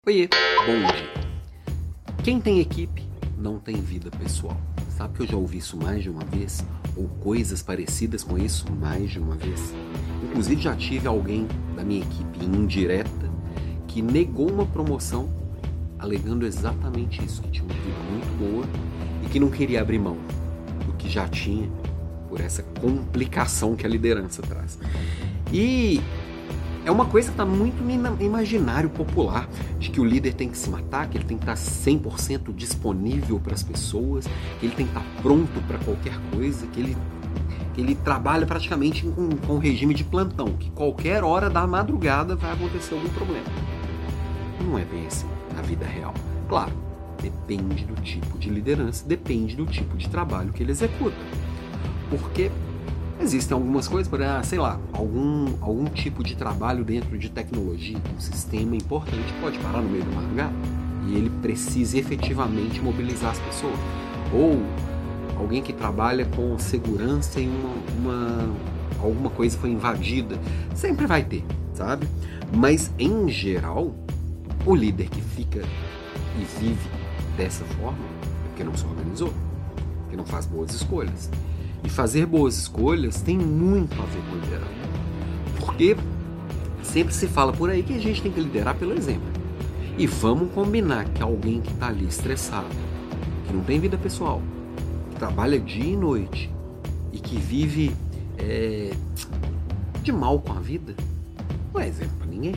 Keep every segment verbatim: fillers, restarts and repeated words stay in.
Oiê, bom dia. Quem tem equipe não tem vida pessoal. Sabe que eu já ouvi isso mais de uma vez? Ou coisas parecidas com isso mais de uma vez? Inclusive já tive alguém da minha equipe indireta que negou uma promoção alegando exatamente isso, que tinha uma vida muito boa e que não queria abrir mão do que já tinha por essa complicação que a liderança traz. E é uma coisa que está muito no imaginário popular, de que o líder tem que se matar, que ele tem que estar cem por cento disponível para as pessoas, que ele tem que estar pronto para qualquer coisa, que ele, que ele trabalha praticamente com, com um regime de plantão, que qualquer hora da madrugada vai acontecer algum problema. Não é bem assim na vida real. Claro, depende do tipo de liderança, depende do tipo de trabalho que ele executa. Porque existem algumas coisas, por exemplo, sei lá, algum, algum tipo de trabalho dentro de tecnologia, um sistema importante pode parar no meio do madrugada e ele precisa efetivamente mobilizar as pessoas. Ou alguém que trabalha com segurança em uma, uma, alguma coisa foi invadida, sempre vai ter, sabe? Mas em geral, o líder que fica e vive dessa forma é porque não se organizou, porque não faz boas escolhas. E fazer boas escolhas tem muito a ver com liderar. Porque sempre se fala por aí que a gente tem que liderar pelo exemplo. E vamos combinar que alguém que está ali estressado, que não tem vida pessoal, que trabalha dia e noite e que vive é, de mal com a vida, não é exemplo para ninguém.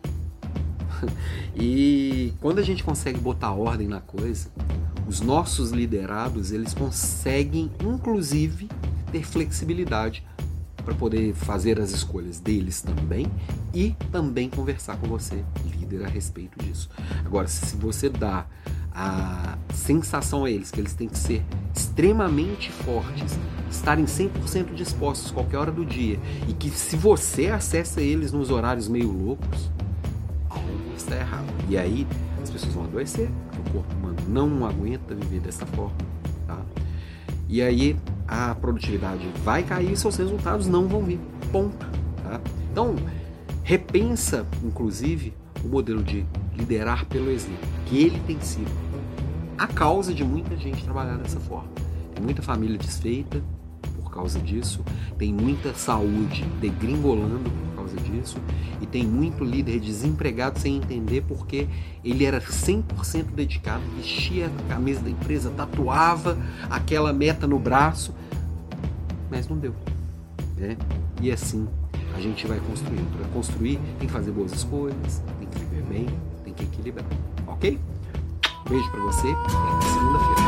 E quando a gente consegue botar ordem na coisa, os nossos liderados, eles conseguem, inclusive, ter flexibilidade para poder fazer as escolhas deles também e também conversar com você, líder, a respeito disso. Agora, se você dá a sensação a eles que eles têm que ser extremamente fortes, estarem cem por cento dispostos qualquer hora do dia e que se você acessa eles nos horários meio loucos, algo está errado. E aí as pessoas vão adoecer, o corpo humano não aguenta viver dessa forma, tá? E aí a produtividade vai cair e seus resultados não vão vir, ponto, tá? Então, repensa, inclusive, o modelo de liderar pelo exemplo, que ele tem sido a causa de muita gente trabalhar dessa forma. Tem muita família desfeita por causa disso, tem muita saúde degringolando por causa disso, e tem muito líder desempregado sem entender porque ele era cem por cento dedicado, vestia a camisa da empresa, tatuava aquela meta no braço, mas não deu, né? E assim a gente vai construindo. Para construir tem que fazer boas escolhas, tem que viver bem, tem que equilibrar, ok? Beijo pra você, até segunda-feira.